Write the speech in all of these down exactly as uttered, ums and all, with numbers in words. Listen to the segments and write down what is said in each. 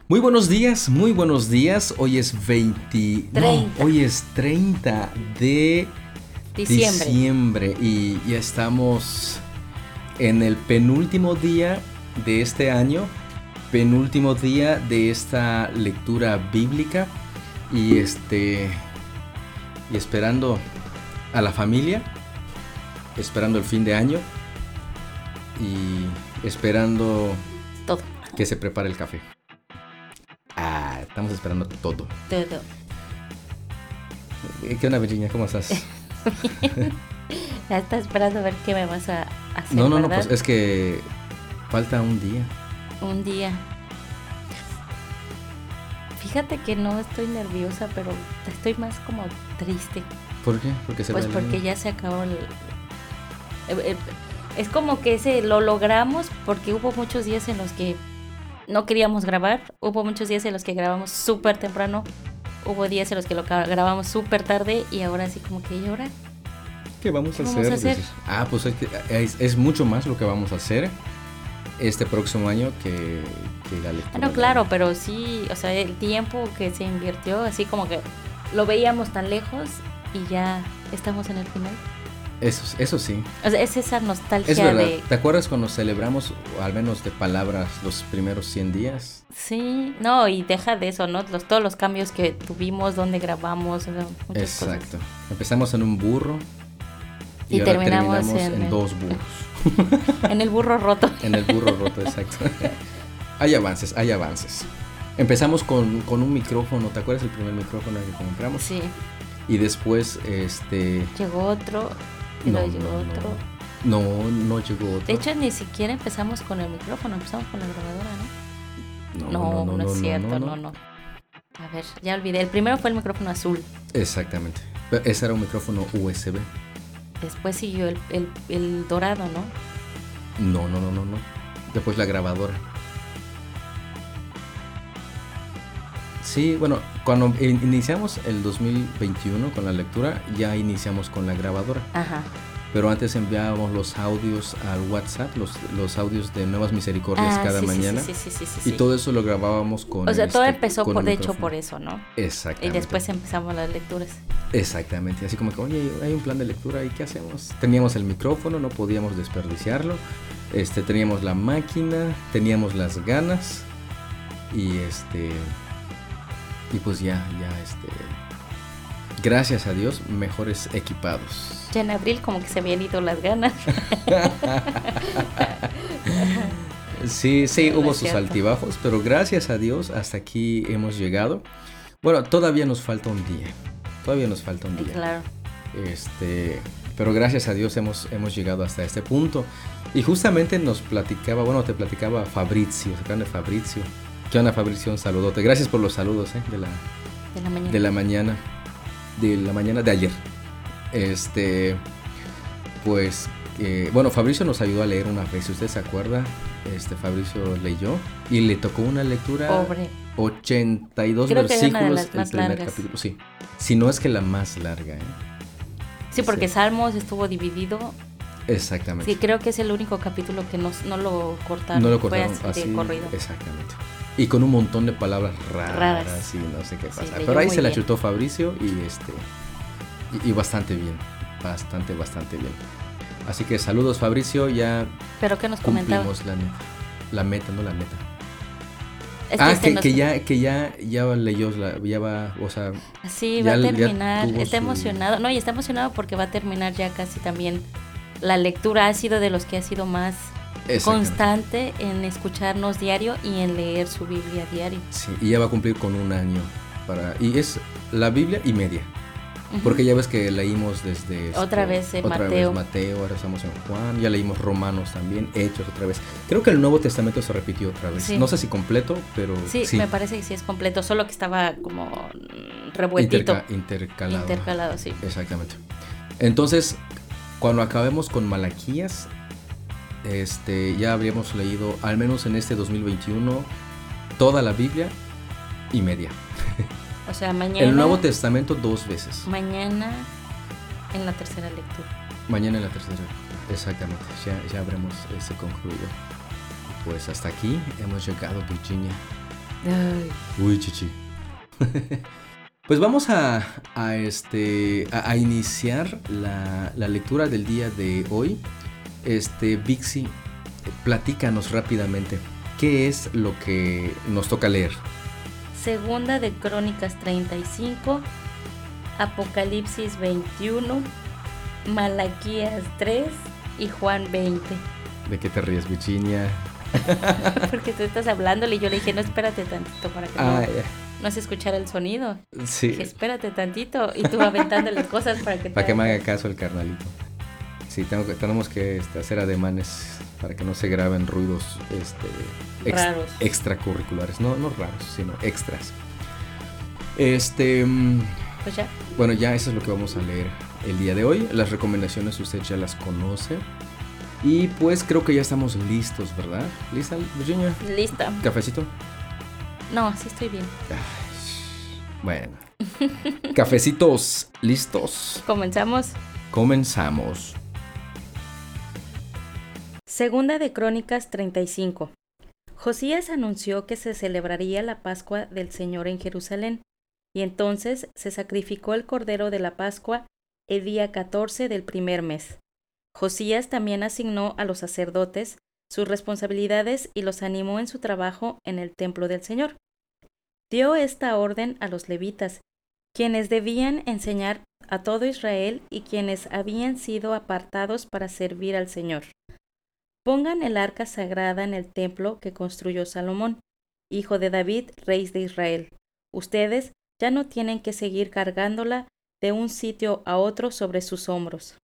Muy buenos días, muy buenos días. Hoy es veinte, no, hoy es treinta de diciembre. diciembre y ya estamos en el penúltimo día de este año, penúltimo día de esta lectura bíblica y este y esperando a la familia, esperando el fin de año y esperando todo que se prepare el café. Ah, estamos esperando todo. Todo. ¿Qué onda, Virginia? ¿Cómo estás? Ya estás esperando a ver qué me vas a hacer. No, no, ¿verdad? no, pues es que falta un día. Un día. Fíjate que no estoy nerviosa, pero estoy más como triste. ¿Por qué? Porque se Pues va el porque año. ya se acabó el... el- el- Es como que ese lo logramos porque hubo muchos días en los que no queríamos grabar, hubo muchos días en los que grabamos súper temprano, hubo días en los que lo ca- grabamos súper tarde y ahora así como que, ¿y ahora? ¿Qué vamos ¿Qué a vamos hacer? a hacer? Dices. Ah, pues es, que es, es mucho más lo que vamos a hacer este próximo año que, que la lectura. Ah, no, claro, pero sí, o sea, el tiempo que se invirtió, así como que lo veíamos tan lejos y ya estamos en el final. Eso, eso sí. O sea, es esa nostalgia Es verdad. de... ¿Te acuerdas cuando celebramos, o al menos de palabras, los primeros cien días? Sí, no, y deja de eso, ¿no? Los, todos los cambios que tuvimos, donde grabamos, o sea, muchas Exacto. cosas. Empezamos en un burro y, Y ahora terminamos terminamos en en, el- dos burros. En el burro roto. En el burro roto, exacto. Hay avances, hay avances. Empezamos con, con un micrófono, ¿te acuerdas el primer micrófono que compramos? Sí, Y después, este... llegó otro, y No, luego llegó no, otro. no, no llegó otro. De hecho, ni siquiera empezamos con el micrófono, empezamos con la grabadora, ¿no? no, No, no, es cierto, no, no. A ver, ya olvidé. El primero fue el micrófono azul. Exactamente. Pero ese era un micrófono U S B. Después siguió el, el, el dorado, ¿no? No, no, no, no, no. Después la grabadora. Sí, bueno, cuando in- iniciamos el dos mil veintiuno con la lectura, ya iniciamos con la grabadora. Ajá. Pero antes enviábamos los audios al WhatsApp, los, los audios de Nuevas Misericordias Ah, cada sí, sí, mañana. Sí, sí, sí, sí, Y sí. todo eso lo grabábamos con... O sea, todo este, empezó, con por, un de hecho, micrófono. por eso, ¿no? Exactamente. Y después empezamos las lecturas. Exactamente, así como que, oye, hay un plan de lectura, ¿y qué hacemos? Teníamos el micrófono, no podíamos desperdiciarlo, este, teníamos la máquina, teníamos las ganas, y este, y pues ya, ya, este, gracias a Dios, mejores equipados. Ya en abril como que se habían ido las ganas. Sí, sí, No hubo es sus cierto. altibajos, pero gracias a Dios hasta aquí hemos llegado. Bueno, todavía nos falta un día, todavía nos falta un día. Claro. Este, pero gracias a Dios hemos, hemos llegado hasta este punto. Y justamente nos platicaba, bueno, te platicaba Fabrizio, ¿se acuerdan de Fabrizio? ¿Qué onda, Fabrizio? Un saludote. Gracias por los saludos, ¿eh? de, la, De la mañana. de la mañana, de la mañana de ayer. Este, pues, eh, bueno, Fabricio nos ayudó a leer una vez, si usted se acuerda, este, Fabricio leyó y le tocó una lectura... Pobre. ochenta y dos Creo que era una de versículos las el más primer largas. capítulo, sí. Si no es que la más larga, ¿eh? Sí, porque Sí. Salmos estuvo dividido. Exactamente. Sí, creo que es el único capítulo que no, no lo cortaron. No lo Fue cortaron así así, de corrido. exactamente. Y con un montón de palabras raras, Raras. y no sé qué Sí, pasa. leyó Pero ahí muy se la bien. chutó Fabricio y este y, y bastante bien, bastante, bastante bien. Así que saludos, Fabricio, ya Pero ¿qué nos comentaba? cumplimos la meta. La meta, no la meta. Es ah, este que, nos- que ya, que ya, ya leyó, la, ya va, o sea, Sí, ya- va a ya terminar. tuvo Está su- emocionado. No, y está emocionado porque va a terminar ya casi también. La lectura ha sido de los que ha sido más exactamente. constante en escucharnos diario y en leer su Biblia diario. Sí, y ya va a cumplir con un año para, y es la Biblia y media. Ujú. Porque ya ves que leímos desde... Otra vez en otra Mateo. vez Mateo, ahora estamos en Juan, ya leímos Romanos también, Hechos otra vez. Creo que el Nuevo Testamento se repitió otra vez. Sí. No sé si completo, pero Sí, sí. me parece que sí es completo, solo que estaba como mm, revueltito. Interca- intercalado. Intercalado, sí. Exactamente. Entonces, cuando acabemos con Malaquías, este, ya habríamos leído, al menos en este dos mil veintiuno, toda la Biblia y media. O sea, mañana. El Nuevo Testamento dos veces. Mañana en la tercera lectura. Mañana en la tercera. Exactamente. Ya, ya habremos ese concluido. Pues hasta aquí hemos llegado, Virginia. Ay. Uy, chichi. Pues vamos a, a, este, a, a iniciar la, la lectura del día de hoy. Este, Vixi, platícanos rápidamente, ¿qué es lo que nos toca leer? Segunda de Crónicas treinta y cinco, Apocalipsis veintiuno, Malaquías tres y Juan veinte. ¿De qué te ríes, Virginia? Porque tú estás hablándole y yo le dije, no, espérate tantito para que ah, no, ya. no se escuchara el sonido. Sí. Dije, espérate tantito. Y tú aventándole cosas para que Para te que me haga caso el carnalito. Sí, tengo que, tenemos que este, hacer ademanes para que no se graben ruidos este, ex, raros. extracurriculares. No, no raros, sino extras. Este, Pues ya. Bueno, ya eso es lo que vamos a leer el día de hoy. Las recomendaciones usted ya las conoce. Y pues creo que ya estamos listos, ¿verdad? ¿Lista, Virginia? Lista. ¿Cafecito? No, sí estoy bien. Ay, bueno. Cafecitos, ¿listos? Comenzamos. Comenzamos. Segunda de Crónicas treinta y cinco. Josías anunció que se celebraría la Pascua del Señor en Jerusalén, y entonces se sacrificó el Cordero de la Pascua el día catorce del primer mes. Josías también asignó a los sacerdotes sus responsabilidades y los animó en su trabajo en el templo del Señor. Dio esta orden a los levitas, quienes debían enseñar a todo Israel y quienes habían sido apartados para servir al Señor. Pongan el arca sagrada en el templo que construyó Salomón, hijo de David, rey de Israel. Ustedes ya no tienen que seguir cargándola de un sitio a otro sobre sus hombros.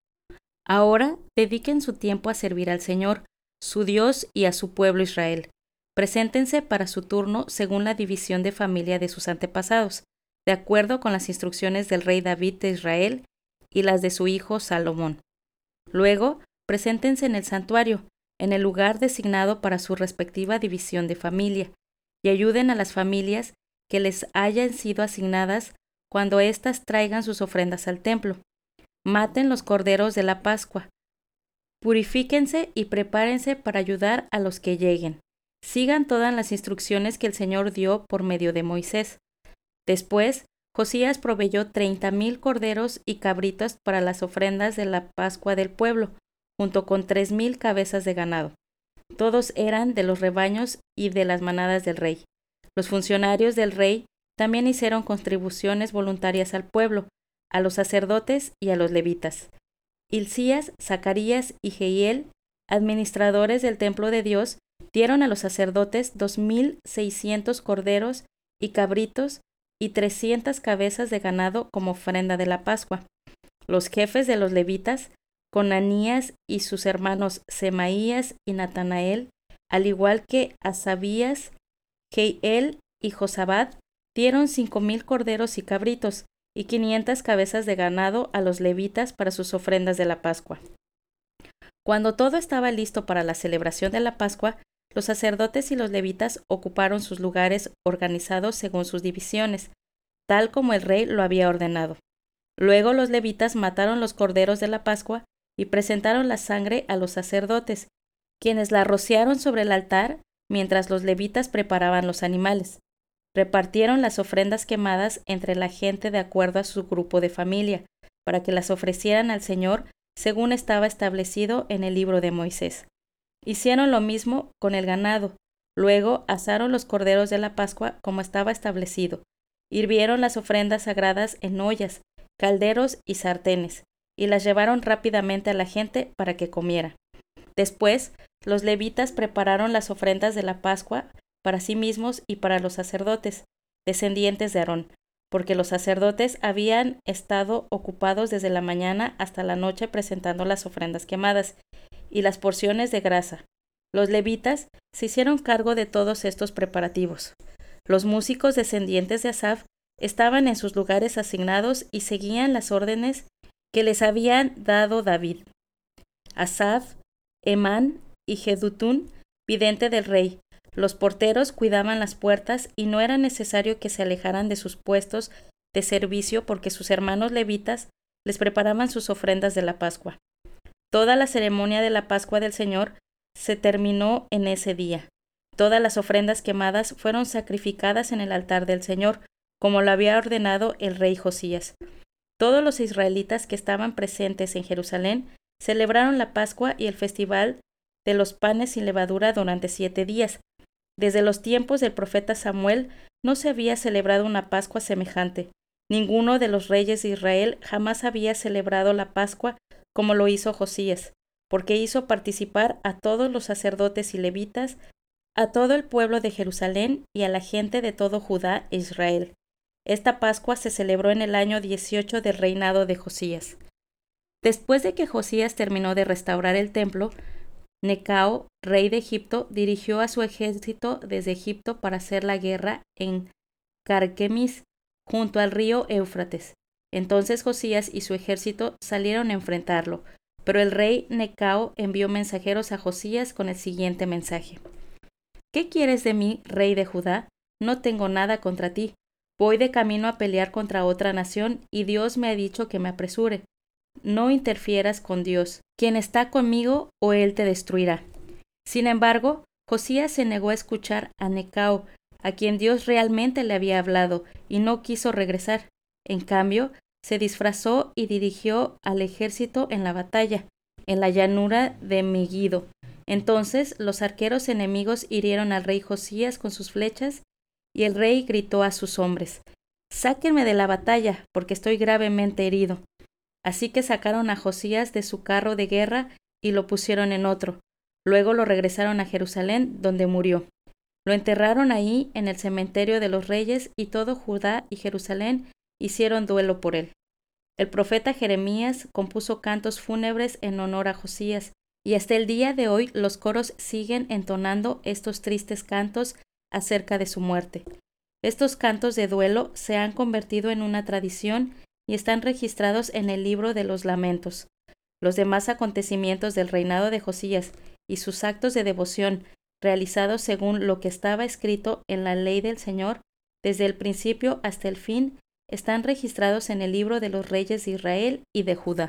Ahora dediquen su tiempo a servir al Señor, su Dios, y a su pueblo Israel. Preséntense para su turno según la división de familia de sus antepasados, de acuerdo con las instrucciones del rey David de Israel y las de su hijo Salomón. Luego, preséntense en el santuario, en el lugar designado para su respectiva división de familia, y ayuden a las familias que les hayan sido asignadas cuando éstas traigan sus ofrendas al templo. Maten los corderos de la Pascua. Purifíquense y prepárense para ayudar a los que lleguen. Sigan todas las instrucciones que el Señor dio por medio de Moisés. Después, Josías proveyó treinta mil corderos y cabritos para las ofrendas de la Pascua del pueblo, junto con tres mil cabezas de ganado. Todos eran de los rebaños y de las manadas del rey. Los funcionarios del rey también hicieron contribuciones voluntarias al pueblo, a los sacerdotes y a los levitas. Hilcías, Zacarías y Jehiel, administradores del templo de Dios, dieron a los sacerdotes dos mil seiscientos corderos y cabritos y trescientas cabezas de ganado como ofrenda de la Pascua. Los jefes de los levitas, Conanías y sus hermanos Semaías y Natanael, al igual que Asabías, Jehiel y Josabad, dieron cinco mil corderos y cabritos y quinientas cabezas de ganado a los levitas para sus ofrendas de la Pascua. Cuando todo estaba listo para la celebración de la Pascua, los sacerdotes y los levitas ocuparon sus lugares organizados según sus divisiones, tal como el rey lo había ordenado. Luego los levitas mataron los corderos de la Pascua y presentaron la sangre a los sacerdotes, quienes la rociaron sobre el altar mientras los levitas preparaban los animales. Repartieron las ofrendas quemadas entre la gente de acuerdo a su grupo de familia, para que las ofrecieran al Señor según estaba establecido en el libro de Moisés. Hicieron lo mismo con el ganado. Luego asaron los corderos de la Pascua como estaba establecido. Hirvieron las ofrendas sagradas en ollas, calderos y sartenes, y las llevaron rápidamente a la gente para que comiera. Después, los levitas prepararon las ofrendas de la Pascua para sí mismos y para los sacerdotes, descendientes de Aarón, porque los sacerdotes habían estado ocupados desde la mañana hasta la noche presentando las ofrendas quemadas y las porciones de grasa. Los levitas se hicieron cargo de todos estos preparativos. Los músicos descendientes de Asaf estaban en sus lugares asignados y seguían las órdenes que les habían dado David. Asaf, Emán y Jedutún, vidente del rey. Los porteros cuidaban las puertas y no era necesario que se alejaran de sus puestos de servicio porque sus hermanos levitas les preparaban sus ofrendas de la Pascua. Toda la ceremonia de la Pascua del Señor se terminó en ese día. Todas las ofrendas quemadas fueron sacrificadas en el altar del Señor, como lo había ordenado el rey Josías. Todos los israelitas que estaban presentes en Jerusalén celebraron la Pascua y el festival de los panes sin levadura durante siete días. Desde los tiempos del profeta Samuel no se había celebrado una Pascua semejante. Ninguno de los reyes de Israel jamás había celebrado la Pascua como lo hizo Josías, porque hizo participar a todos los sacerdotes y levitas, a todo el pueblo de Jerusalén y a la gente de todo Judá e Israel. Esta Pascua se celebró en el año dieciocho del reinado de Josías. Después de que Josías terminó de restaurar el templo, Necao, rey de Egipto, dirigió a su ejército desde Egipto para hacer la guerra en Carquemis, junto al río Éufrates. Entonces Josías y su ejército salieron a enfrentarlo, pero el rey Necao envió mensajeros a Josías con el siguiente mensaje. ¿Qué quieres de mí, rey de Judá? No tengo nada contra ti. Voy de camino a pelear contra otra nación y Dios me ha dicho que me apresure. No interfieras con Dios, quien está conmigo o él te destruirá. Sin embargo, Josías se negó a escuchar a Necao, a quien Dios realmente le había hablado, y no quiso regresar. En cambio, se disfrazó y dirigió al ejército en la batalla, en la llanura de Megiddo. Entonces los arqueros enemigos hirieron al rey Josías con sus flechas, y el rey gritó a sus hombres, «Sáquenme de la batalla, porque estoy gravemente herido». Así que sacaron a Josías de su carro de guerra y lo pusieron en otro. Luego lo regresaron a Jerusalén, donde murió. Lo enterraron ahí en el cementerio de los reyes y todo Judá y Jerusalén hicieron duelo por él. El profeta Jeremías compuso cantos fúnebres en honor a Josías, y hasta el día de hoy los coros siguen entonando estos tristes cantos acerca de su muerte. Estos cantos de duelo se han convertido en una tradición y están registrados en el libro de los lamentos. Los demás acontecimientos del reinado de Josías y sus actos de devoción realizados según lo que estaba escrito en la ley del Señor, desde el principio hasta el fin, están registrados en el libro de los reyes de Israel y de Judá.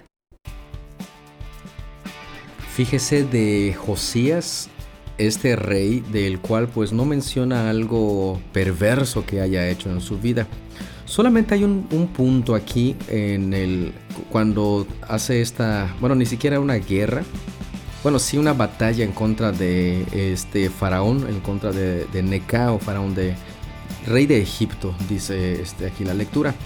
Fíjese de Josías, este rey del cual pues no menciona algo perverso que haya hecho en su vida. Solamente hay un, un punto aquí en el cuando hace esta, bueno, ni siquiera una guerra, bueno, sí una batalla en contra de este faraón, en contra de, de Necao, faraón de rey de Egipto, dice este, aquí la lectura.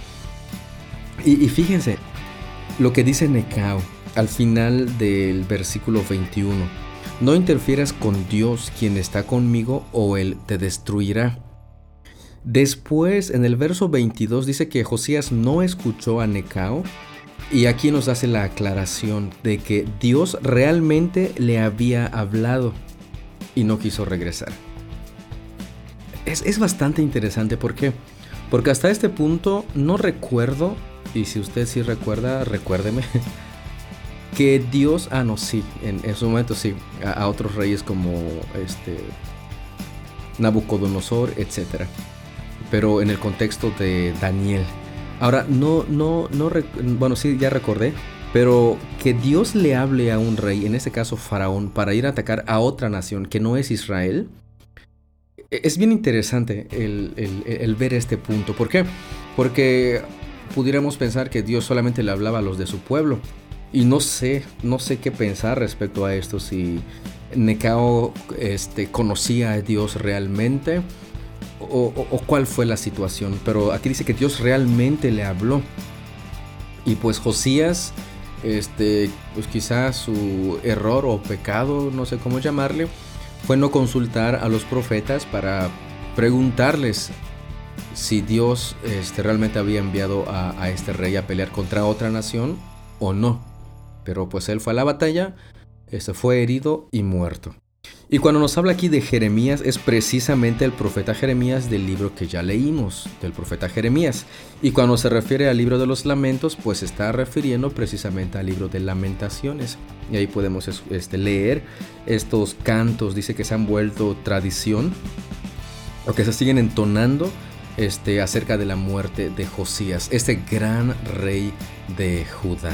Y, y fíjense lo que dice Necao al final del versículo veintiuno. No interfieras con Dios, quien está conmigo, o él te destruirá. Después, en el verso veintidós, dice que Josías no escuchó a Necao, y aquí nos hace la aclaración de que Dios realmente le había hablado y no quiso regresar. Es, es bastante interesante, ¿por qué? Porque hasta este punto no recuerdo, y si usted sí recuerda, recuérdeme, que Dios, ah no, sí, en, en su momento sí, a, a otros reyes como este Nabucodonosor, etcétera. Pero en el contexto de Daniel. Ahora, no, no, no, bueno, sí, ya recordé, pero que Dios le hable a un rey, en este caso Faraón, para ir a atacar a otra nación que no es Israel, es bien interesante el, el, el ver este punto. ¿Por qué? Porque pudiéramos pensar que Dios solamente le hablaba a los de su pueblo. Y no sé, no sé qué pensar respecto a esto, si Necao este, conocía a Dios realmente o, o, o cuál fue la situación. Pero aquí dice que Dios realmente le habló. Y pues Josías, este, pues quizás su error o pecado, no sé cómo llamarle, fue no consultar a los profetas para preguntarles si Dios este, realmente había enviado a, a este rey a pelear contra otra nación o no. Pero pues él fue a la batalla, este, fue herido y muerto. Y cuando nos habla aquí de Jeremías, es precisamente el profeta Jeremías del libro que ya leímos, del profeta Jeremías. Y cuando se refiere al libro de los lamentos, pues se está refiriendo precisamente al libro de lamentaciones. Y ahí podemos este, leer estos cantos, dice que se han vuelto tradición, o que se siguen entonando este, acerca de la muerte de Josías, este gran rey de Judá.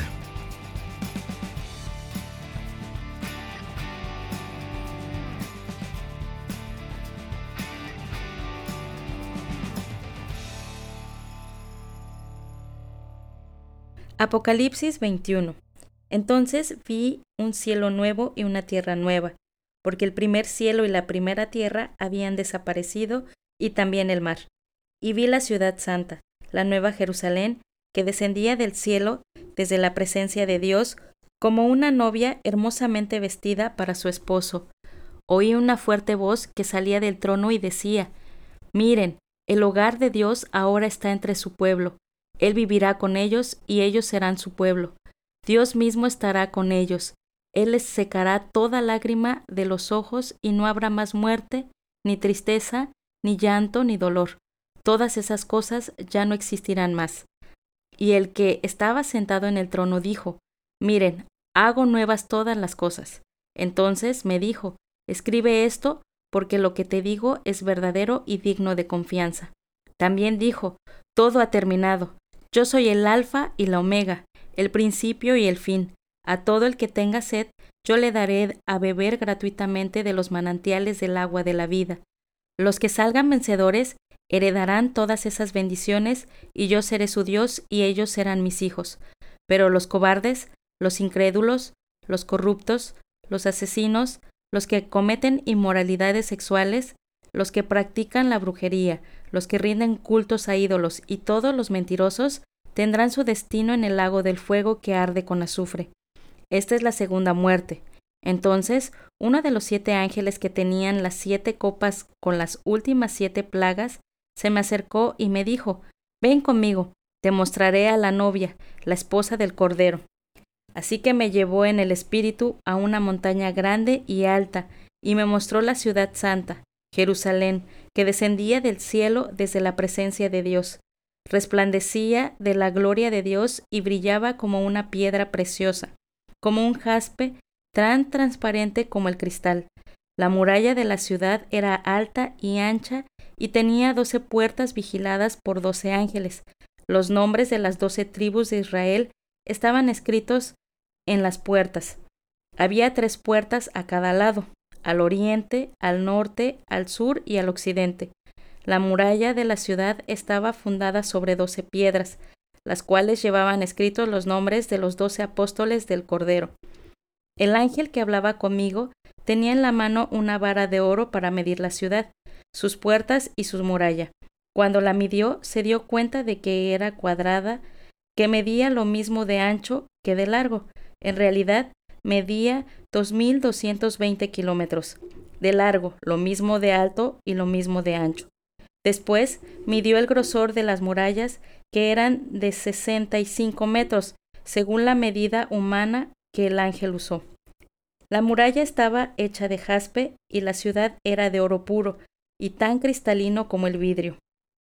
Apocalipsis veintiuno. Entonces vi un cielo nuevo y una tierra nueva, porque el primer cielo y la primera tierra habían desaparecido, y también el mar. Y vi la ciudad santa, la nueva Jerusalén, que descendía del cielo desde la presencia de Dios, como una novia hermosamente vestida para su esposo. Oí una fuerte voz que salía del trono y decía: Miren, el hogar de Dios ahora está entre su pueblo. Él vivirá con ellos y ellos serán su pueblo. Dios mismo estará con ellos. Él les secará toda lágrima de los ojos y no habrá más muerte, ni tristeza, ni llanto, ni dolor. Todas esas cosas ya no existirán más. Y el que estaba sentado en el trono dijo: Miren, hago nuevas todas las cosas. Entonces me dijo: Escribe esto, porque lo que te digo es verdadero y digno de confianza. También dijo: Todo ha terminado. Yo soy el Alfa y la Omega, el principio y el fin. A todo el que tenga sed, yo le daré a beber gratuitamente de los manantiales del agua de la vida. Los que salgan vencedores heredarán todas esas bendiciones, y yo seré su Dios y ellos serán mis hijos. Pero los cobardes, los incrédulos, los corruptos, los asesinos, los que cometen inmoralidades sexuales, los que practican la brujería, los que rinden cultos a ídolos y todos los mentirosos tendrán su destino en el lago del fuego que arde con azufre. Esta es la segunda muerte. Entonces, uno de los siete ángeles que tenían las siete copas con las últimas siete plagas se me acercó y me dijo: Ven conmigo, te mostraré a la novia, la esposa del Cordero. Así que me llevó en el espíritu a una montaña grande y alta, y me mostró la ciudad santa, Jerusalén, que descendía del cielo desde la presencia de Dios. Resplandecía de la gloria de Dios y brillaba como una piedra preciosa, como un jaspe tan transparente como el cristal. La muralla de la ciudad era alta y ancha y tenía doce puertas vigiladas por doce ángeles. Los nombres de las doce tribus de Israel estaban escritos en las puertas. Había tres puertas a cada lado, al oriente, al norte, al sur y al occidente. La muralla de la ciudad estaba fundada sobre doce piedras, las cuales llevaban escritos los nombres de los doce apóstoles del Cordero. El ángel que hablaba conmigo tenía en la mano una vara de oro para medir la ciudad, sus puertas y su muralla. Cuando la midió, se dio cuenta de que era cuadrada, que medía lo mismo de ancho que de largo. En realidad, medía dos mil doscientos veinte kilómetros. De largo, lo mismo de alto y lo mismo de ancho. Después, midió el grosor de las murallas, que eran de sesenta y cinco metros, según la medida humana que el ángel usó. La muralla estaba hecha de jaspe y la ciudad era de oro puro y tan cristalino como el vidrio.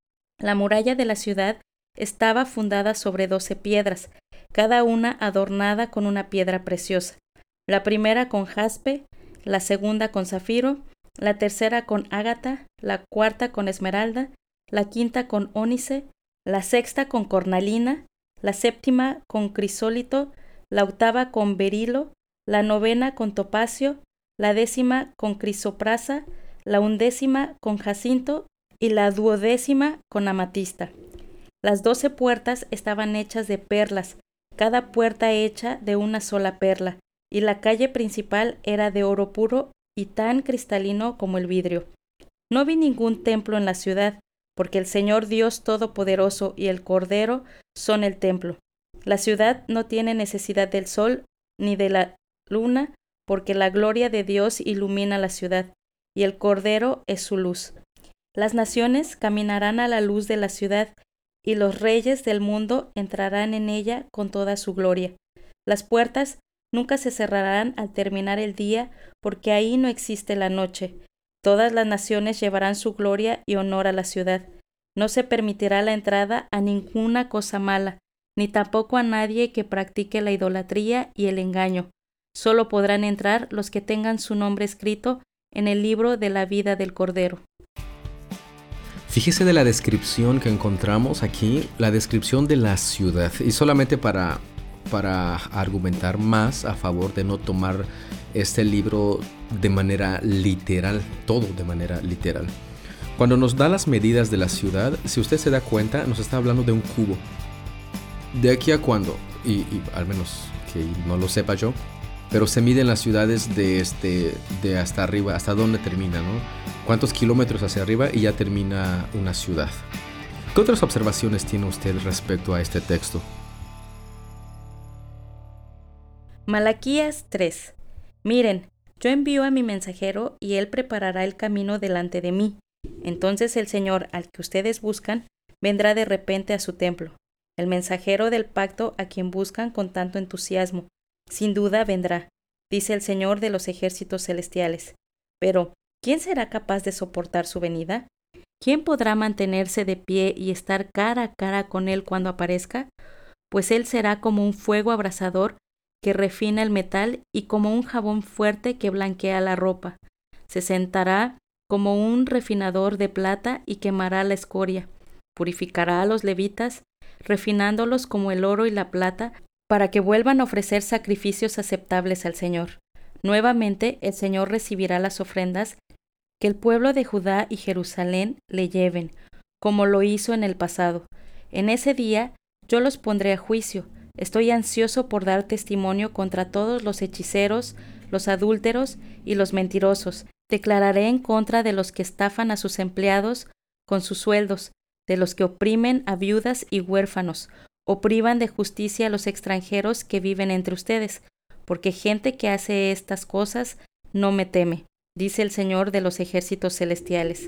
La muralla de la ciudad estaba fundada sobre doce piedras, cada una adornada con una piedra preciosa. La primera con jaspe, la segunda con zafiro, la tercera con ágata, la cuarta con esmeralda, la quinta con ónice, la sexta con cornalina, la séptima con crisólito, la octava con berilo, la novena con topacio, la décima con crisoprasa, la undécima con jacinto y la duodécima con amatista. Las doce puertas estaban hechas de perlas, cada puerta hecha de una sola perla, y la calle principal era de oro puro y tan cristalino como el vidrio. No vi ningún templo en la ciudad, porque el Señor Dios Todopoderoso y el Cordero son el templo. La ciudad no tiene necesidad del sol ni de la luna, porque la gloria de Dios ilumina la ciudad, y el Cordero es su luz. Las naciones caminarán a la luz de la ciudad, y los reyes del mundo entrarán en ella con toda su gloria. Las puertas nunca se cerrarán al terminar el día, porque ahí no existe la noche. Todas las naciones llevarán su gloria y honor a la ciudad. No se permitirá la entrada a ninguna cosa mala, ni tampoco a nadie que practique la idolatría y el engaño. Solo podrán entrar los que tengan su nombre escrito en el libro de la vida del Cordero. Fíjese de la descripción que encontramos aquí, la descripción de la ciudad. Y solamente para, para argumentar más a favor de no tomar este libro de manera literal, todo de manera literal. Cuando nos da las medidas de la ciudad, si usted se da cuenta, nos está hablando de un cubo. ¿De aquí a cuándo? y, y al menos que no lo sepa yo, pero se miden las ciudades de, este, de hasta arriba, hasta dónde termina, ¿no? Cuántos kilómetros hacia arriba y ya termina una ciudad. ¿Qué otras observaciones tiene usted respecto a este texto? Malaquías tres. Miren, yo envío a mi mensajero y él preparará el camino delante de mí. Entonces el Señor, al que ustedes buscan, vendrá de repente a su templo. El mensajero del pacto a quien buscan con tanto entusiasmo. Sin duda vendrá, dice el Señor de los ejércitos celestiales. Pero, ¿quién será capaz de soportar su venida? ¿Quién podrá mantenerse de pie y estar cara a cara con él cuando aparezca? Pues él será como un fuego abrasador que refina el metal y como un jabón fuerte que blanquea la ropa. Se sentará como un refinador de plata y quemará la escoria. Purificará a los levitas, refinándolos como el oro y la plata, para que vuelvan a ofrecer sacrificios aceptables al Señor. Nuevamente el Señor recibirá las ofrendas que el pueblo de Judá y Jerusalén le lleven, como lo hizo en el pasado. En ese día yo los pondré a juicio. Estoy ansioso por dar testimonio contra todos los hechiceros, los adúlteros y los mentirosos. Declararé en contra de los que estafan a sus empleados con sus sueldos, de los que oprimen a viudas y huérfanos, o privan de justicia a los extranjeros que viven entre ustedes, porque gente que hace estas cosas no me teme, dice el Señor de los ejércitos celestiales.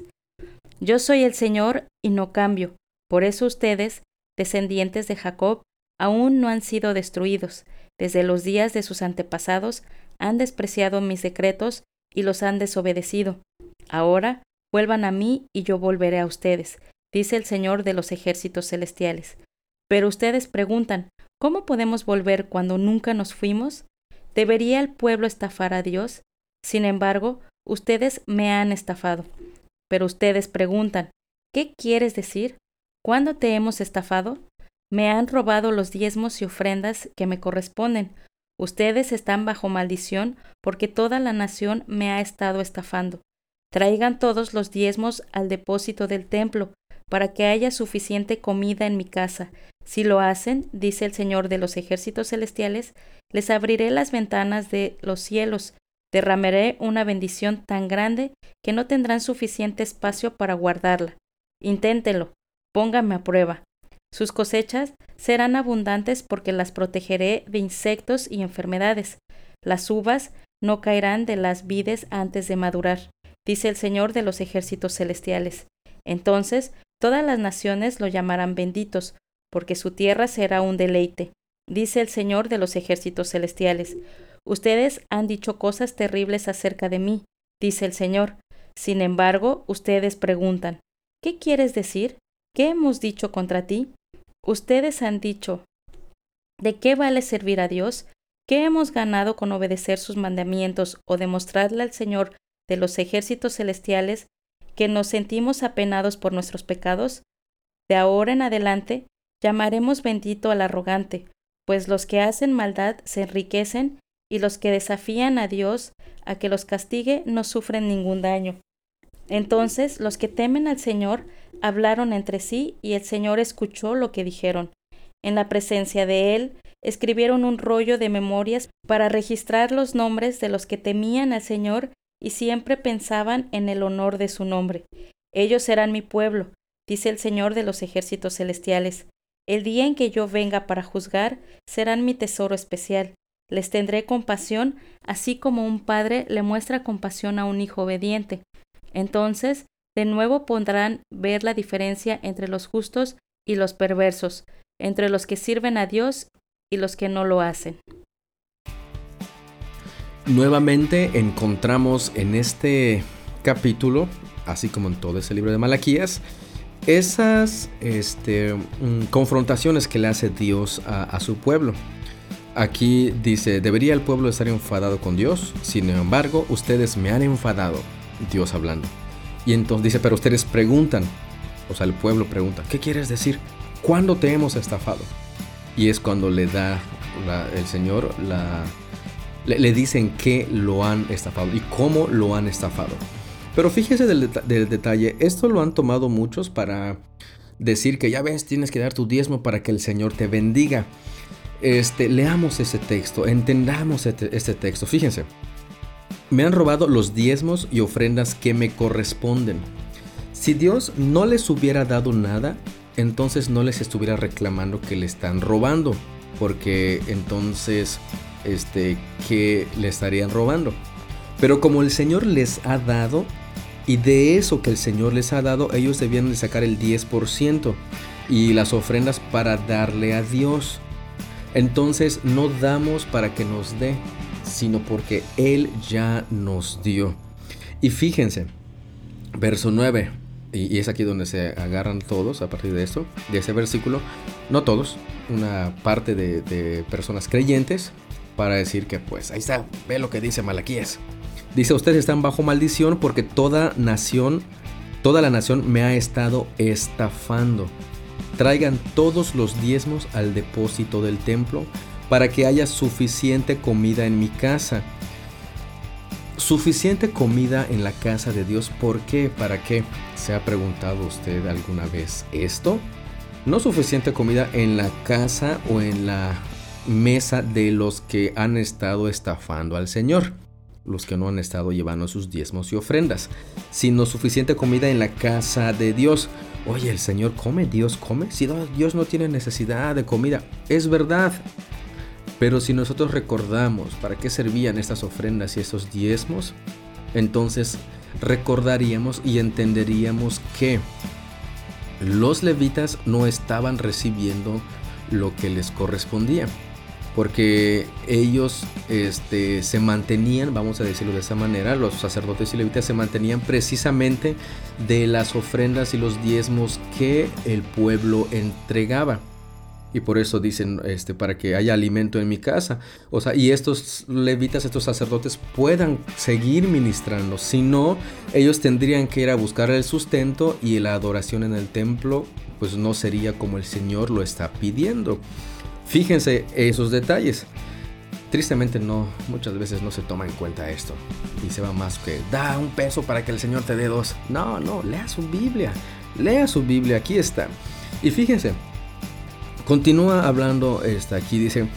Yo soy el Señor y no cambio, por eso ustedes, descendientes de Jacob, aún no han sido destruidos. Desde los días de sus antepasados han despreciado mis decretos y los han desobedecido. Ahora vuelvan a mí y yo volveré a ustedes, dice el Señor de los ejércitos celestiales. Pero ustedes preguntan, ¿cómo podemos volver cuando nunca nos fuimos? ¿Debería el pueblo estafar a Dios? Sin embargo, ustedes me han estafado. Pero ustedes preguntan, ¿qué quieres decir? ¿Cuándo te hemos estafado? Me han robado los diezmos y ofrendas que me corresponden. Ustedes están bajo maldición porque toda la nación me ha estado estafando. Traigan todos los diezmos al depósito del templo, para que haya suficiente comida en mi casa. Si lo hacen, dice el Señor de los ejércitos celestiales, les abriré las ventanas de los cielos, derramaré una bendición tan grande que no tendrán suficiente espacio para guardarla. Inténtenlo, pónganme a prueba. Sus cosechas serán abundantes porque las protegeré de insectos y enfermedades. Las uvas no caerán de las vides antes de madurar, dice el Señor de los ejércitos celestiales. Entonces todas las naciones lo llamarán benditos, porque su tierra será un deleite, dice el Señor de los ejércitos celestiales. Ustedes han dicho cosas terribles acerca de mí, dice el Señor. Sin embargo, ustedes preguntan, ¿qué quieres decir? ¿Qué hemos dicho contra ti? Ustedes han dicho, ¿de qué vale servir a Dios? ¿Qué hemos ganado con obedecer sus mandamientos o demostrarle al Señor de los ejércitos celestiales que nos sentimos apenados por nuestros pecados? De ahora en adelante llamaremos bendito al arrogante, pues los que hacen maldad se enriquecen y los que desafían a Dios a que los castigue no sufren ningún daño. Entonces los que temen al Señor hablaron entre sí y el Señor escuchó lo que dijeron. En la presencia de Él escribieron un rollo de memorias para registrar los nombres de los que temían al Señor y siempre pensaban en el honor de su nombre. Ellos serán mi pueblo, dice el Señor de los ejércitos celestiales. El día en que yo venga para juzgar, serán mi tesoro especial. Les tendré compasión, así como un padre le muestra compasión a un hijo obediente. Entonces, de nuevo podrán ver la diferencia entre los justos y los perversos, entre los que sirven a Dios y los que no lo hacen. Nuevamente encontramos en este capítulo, así como en todo ese libro de Malaquías, esas este, confrontaciones que le hace Dios a, a su pueblo. Aquí dice, ¿debería el pueblo estar enfadado con Dios? Sin embargo, ustedes me han enfadado, Dios hablando. Y entonces dice, pero ustedes preguntan, o sea, el pueblo pregunta, ¿qué quieres decir? ¿Cuándo te hemos estafado? Y es cuando le da la, el Señor, la, le, le dicen que lo han estafado y cómo lo han estafado. Pero fíjese del, del detalle, esto lo han tomado muchos para decir que ya ves, tienes que dar tu diezmo para que el Señor te bendiga. Este, leamos ese texto, entendamos este, este texto. Fíjense, me han robado los diezmos y ofrendas que me corresponden. Si Dios no les hubiera dado nada, entonces no les estuviera reclamando que le están robando, porque entonces, este, ¿qué le estarían robando? Pero como el Señor les ha dado, y de eso que el Señor les ha dado, ellos debían de sacar el diez por ciento y las ofrendas para darle a Dios. Entonces no damos para que nos dé, sino porque Él ya nos dio. Y fíjense, verso nueve, y, y es aquí donde se agarran todos a partir de esto, de ese versículo, no todos, una parte de, de personas creyentes, para decir que pues ahí está, ve lo que dice Malaquías. Dice, ustedes están bajo maldición porque toda nación, toda la nación me ha estado estafando. Traigan todos los diezmos al depósito del templo para que haya suficiente comida en mi casa. Suficiente comida en la casa de Dios. ¿Por qué? ¿Para qué? ¿Se ha preguntado usted alguna vez esto? No suficiente comida en la casa o en la mesa de los que han estado estafando al Señor, los que no han estado llevando sus diezmos y ofrendas, sino suficiente comida en la casa de Dios. Oye, ¿el Señor come? ¿Dios come? Si Dios no tiene necesidad de comida, es verdad. Pero si nosotros recordamos para qué servían estas ofrendas y estos diezmos, entonces recordaríamos y entenderíamos que los levitas no estaban recibiendo lo que les correspondía, porque ellos este, se mantenían, vamos a decirlo de esa manera, los sacerdotes y levitas se mantenían precisamente de las ofrendas y los diezmos que el pueblo entregaba. Y por eso dicen, este, para que haya alimento en mi casa. O sea, y estos levitas, estos sacerdotes puedan seguir ministrando. Si no, ellos tendrían que ir a buscar el sustento y la adoración en el templo, pues no sería como el Señor lo está pidiendo. Fíjense esos detalles. Tristemente no, muchas veces no se toma en cuenta esto. Y se va más que, da un peso para que el Señor te dé dos. No, no, lea su Biblia. Lea su Biblia, aquí está. Y fíjense. Continúa hablando este, aquí, dice,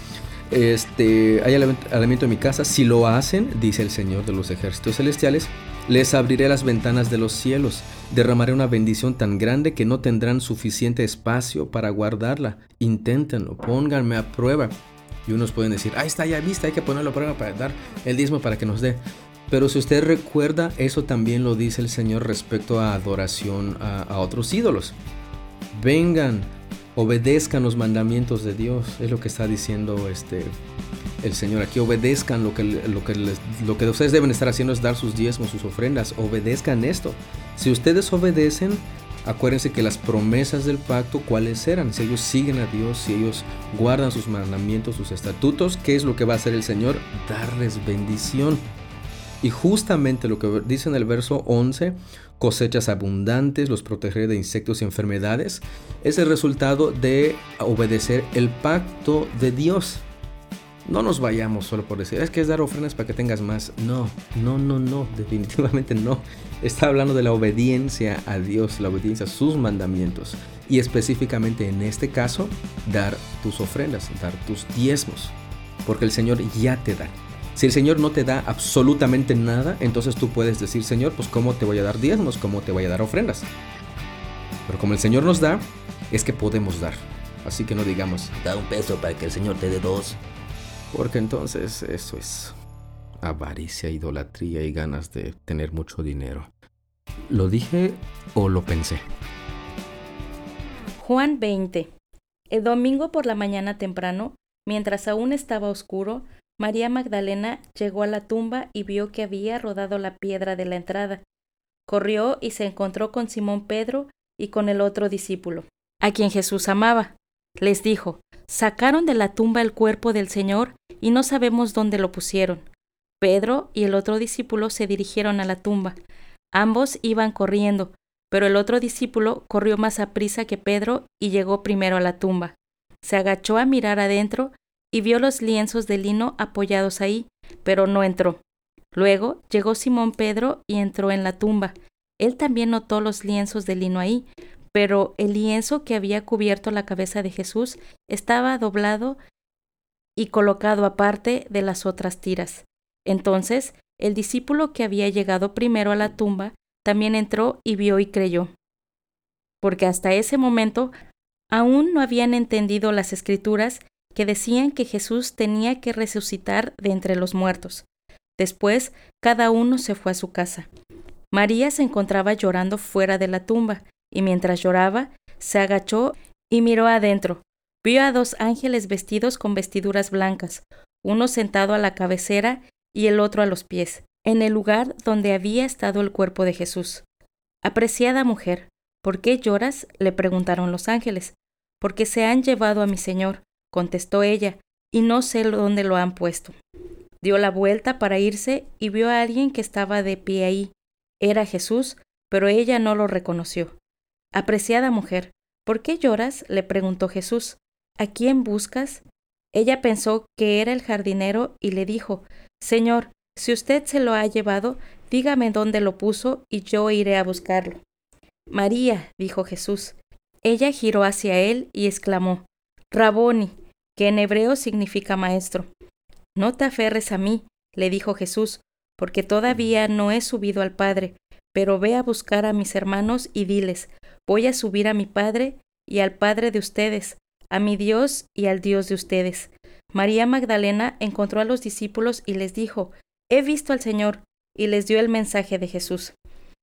este, hay alimento en mi casa, si lo hacen, dice el Señor de los ejércitos celestiales, les abriré las ventanas de los cielos, derramaré una bendición tan grande que no tendrán suficiente espacio para guardarla. Inténtenlo, pónganme a prueba. Y unos pueden decir, ahí está, ya viste, hay que ponerlo a prueba para dar el diezmo para que nos dé. Pero si usted recuerda, eso también lo dice el Señor respecto a adoración a, a otros ídolos. Vengan, obedezcan los mandamientos de Dios, es lo que está diciendo este, el Señor aquí. Obedezcan lo que, lo, que les, lo que ustedes deben estar haciendo es dar sus diezmos, sus ofrendas. Obedezcan esto. Si ustedes obedecen, acuérdense que las promesas del pacto, ¿cuáles eran? Si ellos siguen a Dios, si ellos guardan sus mandamientos, sus estatutos, ¿qué es lo que va a hacer el Señor? Darles bendición. Y justamente lo que dice en el verso once, cosechas abundantes, los protegeré de insectos y enfermedades, es el resultado de obedecer el pacto de Dios. No nos vayamos solo por decir, es que es dar ofrendas para que tengas más. No, no, no, no, definitivamente no. Está hablando de la obediencia a Dios, la obediencia a sus mandamientos. Y específicamente en este caso, dar tus ofrendas, dar tus diezmos, porque el Señor ya te da. Si el Señor no te da absolutamente nada, entonces tú puedes decir, Señor, pues ¿cómo te voy a dar diezmos? ¿Cómo te voy a dar ofrendas? Pero como el Señor nos da, es que podemos dar. Así que no digamos, da un peso para que el Señor te dé dos. Porque entonces eso es avaricia, idolatría y ganas de tener mucho dinero. ¿Lo dije o lo pensé? Juan veinte. El domingo por la mañana temprano, mientras aún estaba oscuro, María Magdalena llegó a la tumba y vio que había rodado la piedra de la entrada. Corrió y se encontró con Simón Pedro y con el otro discípulo, a quien Jesús amaba. Les dijo, sacaron de la tumba el cuerpo del Señor y no sabemos dónde lo pusieron. Pedro y el otro discípulo se dirigieron a la tumba. Ambos iban corriendo, pero el otro discípulo corrió más aprisa que Pedro y llegó primero a la tumba. Se agachó a mirar adentro y vio los lienzos de lino apoyados ahí, pero no entró. Luego llegó Simón Pedro y entró en la tumba. Él también notó los lienzos de lino ahí, pero el lienzo que había cubierto la cabeza de Jesús estaba doblado y colocado aparte de las otras tiras. Entonces, el discípulo que había llegado primero a la tumba también entró y vio y creyó, porque hasta ese momento aún no habían entendido las Escrituras que decían que Jesús tenía que resucitar de entre los muertos. Después, cada uno se fue a su casa. María se encontraba llorando fuera de la tumba, y mientras lloraba, se agachó y miró adentro. Vio a dos ángeles vestidos con vestiduras blancas, uno sentado a la cabecera y el otro a los pies, en el lugar donde había estado el cuerpo de Jesús. «Apreciada mujer, ¿por qué lloras?», le preguntaron los ángeles. «Porque se han llevado a mi Señor», contestó ella, «y no sé dónde lo han puesto». Dio la vuelta para irse y vio a alguien que estaba de pie ahí. Era Jesús, pero ella no lo reconoció. «Apreciada mujer, ¿por qué lloras?», le preguntó Jesús. «¿A quién buscas?». Ella pensó que era el jardinero y le dijo: «Señor, si usted se lo ha llevado, dígame dónde lo puso y yo iré a buscarlo». «María», dijo Jesús. Ella giró hacia él y exclamó: «Raboni», que en hebreo significa maestro. «No te aferres a mí», le dijo Jesús, «porque todavía no he subido al Padre, pero ve a buscar a mis hermanos y diles: voy a subir a mi Padre y al Padre de ustedes, a mi Dios y al Dios de ustedes». María Magdalena encontró a los discípulos y les dijo: «He visto al Señor», y les dio el mensaje de Jesús.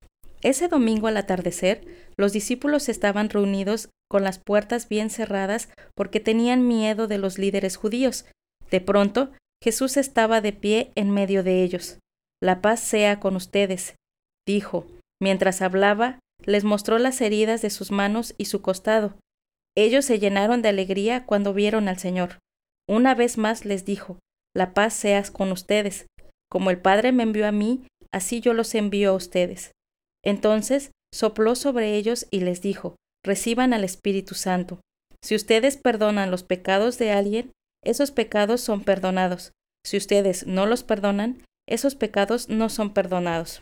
Ese domingo al atardecer, los discípulos estaban reunidos con las puertas bien cerradas porque tenían miedo de los líderes judíos. De pronto, Jesús estaba de pie en medio de ellos. «La paz sea con ustedes», dijo. Mientras hablaba, les mostró las heridas de sus manos y su costado. Ellos se llenaron de alegría cuando vieron al Señor. Una vez más les dijo: «La paz sea con ustedes. Como el Padre me envió a mí, así yo los envío a ustedes». Entonces sopló sobre ellos y les dijo: «Reciban al Espíritu Santo. Si ustedes perdonan los pecados de alguien, esos pecados son perdonados. Si ustedes no los perdonan, esos pecados no son perdonados».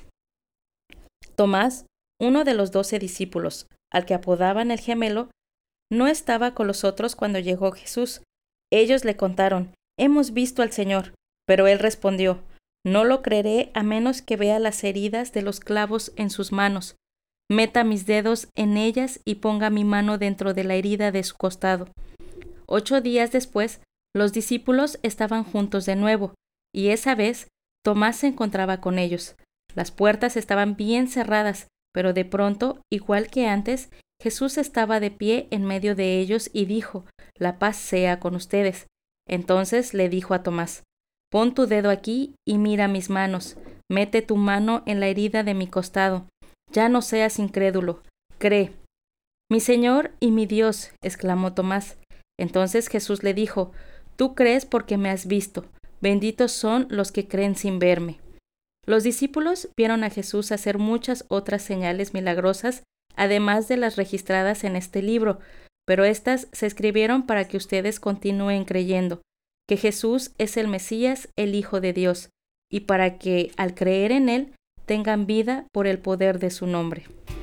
Tomás, uno de los doce discípulos, al que apodaban el gemelo, no estaba con los otros cuando llegó Jesús. Ellos le contaron: «Hemos visto al Señor». Pero él respondió: «No lo creeré a menos que vea las heridas de los clavos en sus manos, meta mis dedos en ellas y ponga mi mano dentro de la herida de su costado». Ocho días después, los discípulos estaban juntos de nuevo, y esa vez Tomás se encontraba con ellos. Las puertas estaban bien cerradas, pero de pronto, igual que antes, Jesús estaba de pie en medio de ellos y dijo: «La paz sea con ustedes». Entonces le dijo a Tomás: «Pon tu dedo aquí y mira mis manos, mete tu mano en la herida de mi costado. Ya no seas incrédulo, cree». «Mi Señor y mi Dios», exclamó Tomás. Entonces Jesús le dijo: «Tú crees porque me has visto. Benditos son los que creen sin verme». Los discípulos vieron a Jesús hacer muchas otras señales milagrosas, además de las registradas en este libro, pero estas se escribieron para que ustedes continúen creyendo que Jesús es el Mesías, el Hijo de Dios, y para que, al creer en Él, tengan vida por el poder de su nombre.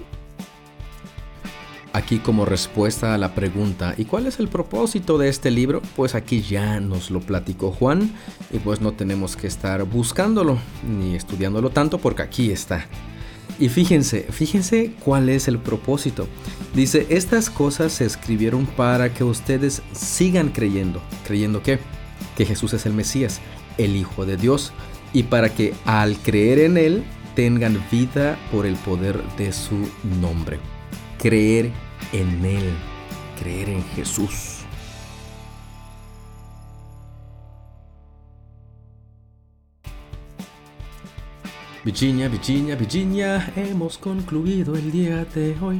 Aquí, como respuesta a la pregunta ¿y cuál es el propósito de este libro? Pues aquí ya nos lo platicó Juan, y pues no tenemos que estar buscándolo ni estudiándolo tanto porque aquí está. Y fíjense, fíjense cuál es el propósito. Dice: estas cosas se escribieron para que ustedes sigan creyendo. ¿Creyendo qué? Que Jesús es el Mesías, el Hijo de Dios, y para que al creer en Él tengan vida por el poder de su nombre. Creer en Él, creer en Jesús. Virginia, Virginia, Virginia, hemos concluido el día de hoy.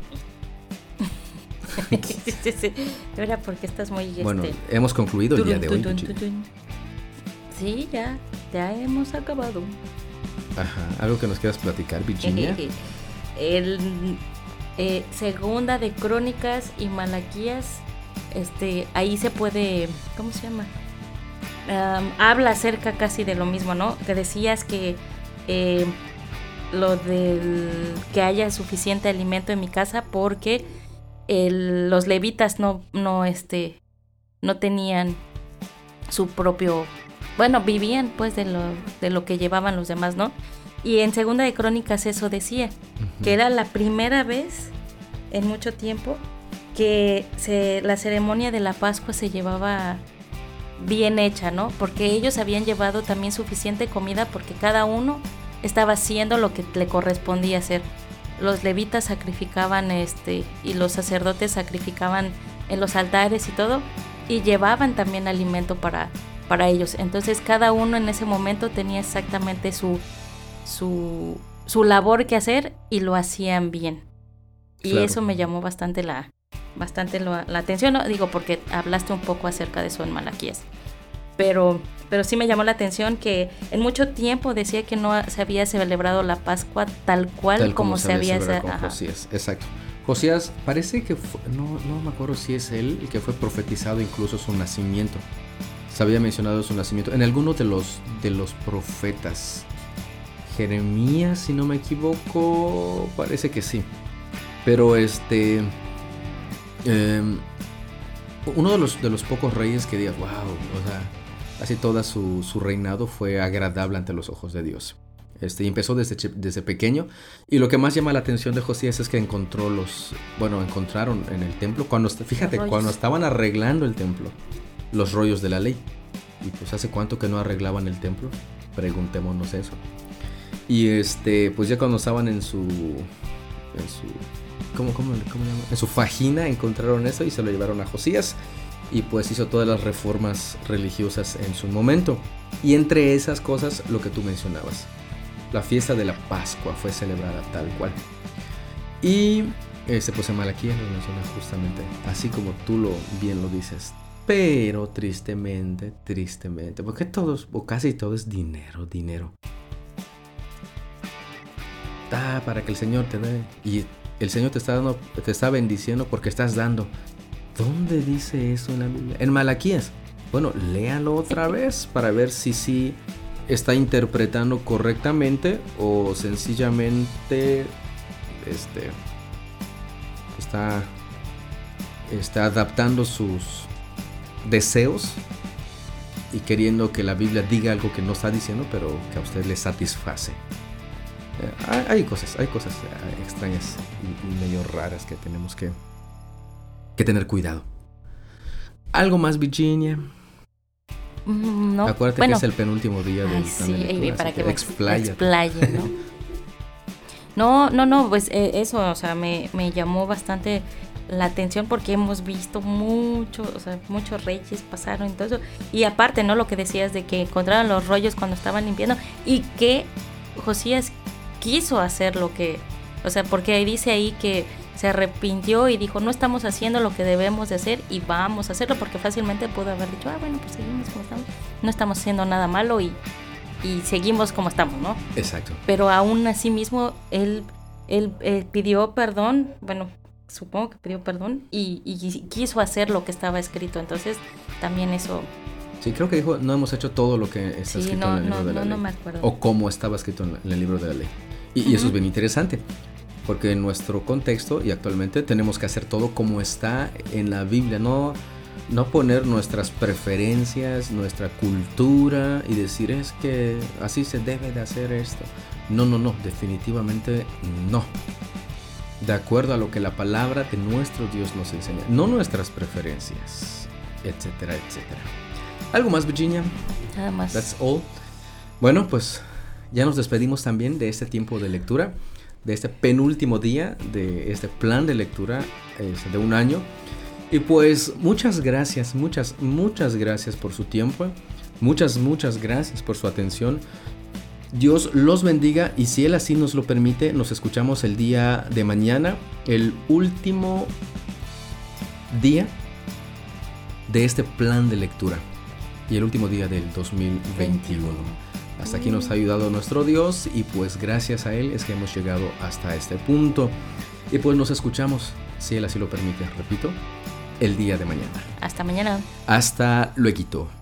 Ahora, porque estás muy... Bueno, este... hemos concluido el día de hoy. Tun, tun, tun. Sí, ya, ya hemos acabado. Ajá, ¿algo que nos quieras platicar, Virginia? el, eh, segunda de Crónicas y Malaquías, este, ahí se puede, ¿cómo se llama? Um, habla acerca casi de lo mismo, ¿no? Que decías que eh, lo del que haya suficiente alimento en mi casa porque el, los levitas no, no, este, no tenían su propio, bueno, vivían pues de lo, de lo que llevaban los demás, ¿no? Y en Segunda de Crónicas eso decía, uh-huh. que era la primera vez en mucho tiempo que se, la ceremonia de la Pascua se llevaba bien hecha, ¿no? Porque ellos habían llevado también suficiente comida porque cada uno estaba haciendo lo que le correspondía hacer. Los levitas sacrificaban este y los sacerdotes sacrificaban en los altares y todo, y llevaban también alimento para, para ellos. Entonces cada uno en ese momento tenía exactamente su, su, su labor que hacer y lo hacían bien. Y claro. Eso me llamó bastante la, bastante la, la atención, ¿no? Digo, porque hablaste un poco acerca de eso en Malaquías. Pero, pero sí me llamó la atención que en mucho tiempo decía que no se había celebrado la Pascua tal cual tal como, como se había celebrado con Josías. Exacto. Josías parece que fue, no, no me acuerdo si es él el que fue profetizado incluso su nacimiento. Se había mencionado su nacimiento en alguno de los de los profetas. Jeremías, si no me equivoco, parece que sí. Pero este eh, uno de los de los pocos reyes que diga, wow, o sea, así todo su, su reinado fue agradable ante los ojos de Dios. Este, y empezó desde, desde pequeño. Y lo que más llama la atención de Josías es que encontró los, bueno, encontraron en el templo, cuando, fíjate, cuando estaban arreglando el templo, los rollos de la ley. Y pues hace cuánto que no arreglaban el templo, preguntémonos eso. Y este, pues ya cuando estaban en su, en su, ¿cómo, cómo, cómo llama? En su fajina encontraron eso y se lo llevaron a Josías. Y pues hizo todas las reformas religiosas en su momento. Y entre esas cosas, lo que tú mencionabas. La fiesta de la Pascua fue celebrada tal cual. Y este, pues en Malaquías lo menciona justamente así como tú lo, bien lo dices. Pero tristemente, tristemente, porque todos, o casi todo es dinero, dinero. Da para que el Señor te dé. Y el Señor te está dando, te está bendiciendo porque estás dando. ¿Dónde dice eso en la Biblia? En Malaquías. Bueno, léalo otra vez para ver si sí está interpretando correctamente o sencillamente este, está, está adaptando sus deseos y queriendo que la Biblia diga algo que no está diciendo, pero que a usted le satisface. Eh, hay, hay cosas, hay cosas eh, extrañas y, y medio raras que tenemos que, que tener cuidado. ¿Algo más, Virginia? No, acuérdate bueno, que es el penúltimo día del ay, sí, lectura, para que, que me explaye, explaye, ¿no? no, no, no, pues eh, eso, o sea, me, me llamó bastante la atención porque hemos visto mucho, o sea, muchos reyes pasaron y todo eso. Y aparte, ¿no? Lo que decías de que encontraron los rollos cuando estaban limpiando y que Josías quiso hacer lo que, o sea, porque dice ahí que se arrepintió y dijo, no estamos haciendo lo que debemos de hacer y vamos a hacerlo, porque fácilmente pudo haber dicho, ah, bueno, pues seguimos como estamos, no estamos haciendo nada malo y, y seguimos como estamos, ¿no? Exacto. Pero aún así mismo, él, él eh, pidió perdón, bueno, supongo que pidió perdón y, y quiso hacer lo que estaba escrito, entonces también eso... Sí, creo que dijo, no hemos hecho todo lo que está sí, escrito no, en el libro no, de la no, ley. No me acuerdo. O cómo estaba escrito en el libro de la ley. Y, uh-huh. y eso es bien interesante. Porque en nuestro contexto y actualmente tenemos que hacer todo como está en la Biblia, no, no poner nuestras preferencias, nuestra cultura y decir es que así se debe de hacer esto. No, no, no, definitivamente no. De acuerdo a lo que la palabra de nuestro Dios nos enseña, no nuestras preferencias, etcétera, etcétera. ¿Algo más, Virginia? Nada más. That's all. Bueno, pues ya nos despedimos también de este tiempo de lectura, de este penúltimo día de este plan de lectura de un año. Y pues muchas gracias, muchas, muchas gracias por su tiempo. Muchas, muchas gracias por su atención. Dios los bendiga y si Él así nos lo permite, nos escuchamos el día de mañana, el último día de este plan de lectura y el último día del dos mil veintiuno. Hasta aquí nos ha ayudado nuestro Dios y pues gracias a Él es que hemos llegado hasta este punto. Y pues nos escuchamos, si Él así lo permite, repito, el día de mañana. Hasta mañana. Hasta luego.